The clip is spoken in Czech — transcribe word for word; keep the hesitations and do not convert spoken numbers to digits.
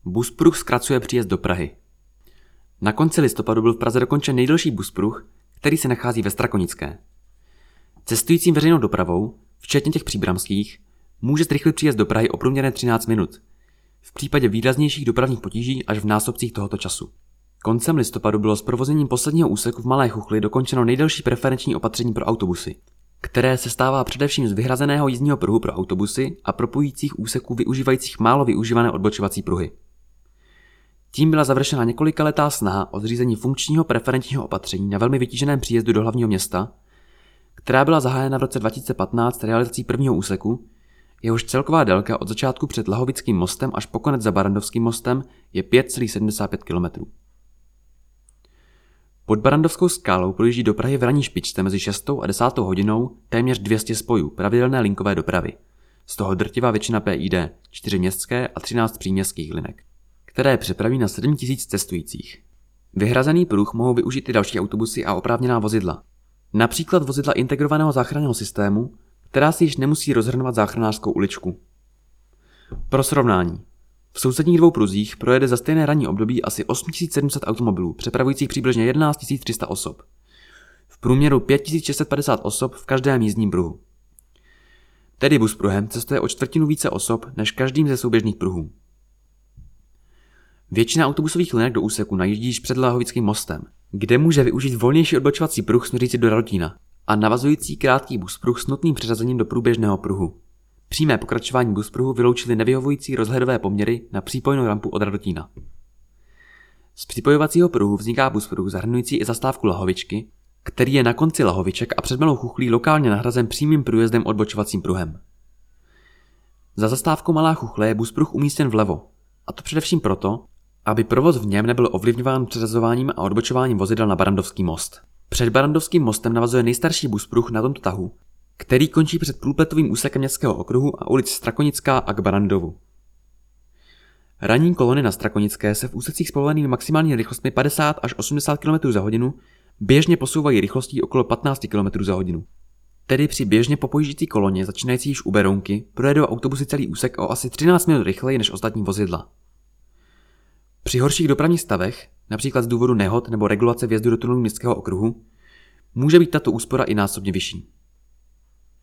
Buspruh zkracuje příjezd do Prahy. Na konci listopadu byl v Praze dokončen nejdelší buspruh, který se nachází ve Strakonické. Cestujícím veřejnou dopravou, včetně těch příbramských, může zrychlit příjezd do Prahy o průměrně třináct minut. V případě výraznějších dopravních potíží až v násobcích tohoto času. Koncem listopadu bylo s provozením posledního úseku v Malé Chuchli dokončeno nejdelší preferenční opatření pro autobusy, které se stává především z vyhrazeného jízdního pruhu pro autobusy a propojujících úseků využívajících málo využívané odbočovací pruhy. Tím byla završena několikaletá snaha o zřízení funkčního preferenčního opatření na velmi vytíženém příjezdu do hlavního města, která byla zahájena v roce dva tisíce patnáct realizací prvního úseku, jehož celková délka od začátku před Lahovickým mostem až po konec za Barrandovským mostem je pět celá sedmdesát pět kilometrů. Pod Barrandovskou skálou projíždí do Prahy v ranní špičce mezi šestou a desátou hodinou téměř dvě stě spojů pravidelné linkové dopravy, z toho drtivá většina P I D, čtyři městské a třináct příměstských linek, které přepraví na sedm tisíc cestujících. Vyhrazený pruh mohou využít i další autobusy a oprávněná vozidla. Například vozidla integrovaného záchranného systému, která si již nemusí rozhrnovat záchranářskou uličku. Pro srovnání. V sousedních dvou pruzích projede za stejné ranní období asi osm tisíc sedm set automobilů, přepravujících přibližně jedenáct tisíc tři sta osob. V průměru pět tisíc šest set padesát osob v každém jízdním pruhu. Tedy buspruhem cestuje o čtvrtinu více osob než každým ze souběžných pruhů. Většina autobusových linek do úseku najíždí již před Lahovickým mostem, kde může využít volnější odbočovací pruh směřící do Radotína a navazující krátký buspruh s nutným přeřazením do průběžného pruhu. Přímé pokračování buspruhu vyloučily nevyhovující rozhledové poměry na přípojnou rampu od Radotína. Z připojovacího pruhu vzniká buspruh zahrnující i zastávku Lahovičky, který je na konci Lahoviček a před Malou Chuchlí lokálně nahrazen přímým průjezdem odbočovacím pruhem. Za zastávkou Malá Chuchle je buspruh umístěn vlevo, a to především proto, aby provoz v něm nebyl ovlivňován přeřazováním a odbočováním vozidel na Barrandovský most. Před Barrandovským mostem navazuje nejstarší buspruh na tomto tahu, který končí před průpletovým úsekem městského okruhu a ulic Strakonická a k Barrandovu. Ranní kolony na Strakonické se v úsecích s povolenými maximální rychlostmi padesát až osmdesát kilometrů za hodinu běžně posouvají rychlostí okolo patnáct kilometrů za hodinu. Tedy při běžně popojíždějící koloně začínající již u Berounky projedou autobusy celý úsek o asi třináct minut rychleji než ostatní vozidla. Při horších dopravních stavech, například z důvodu nehod nebo regulace vjezdu do tunelu městského okruhu, může být tato úspora i násobně vyšší.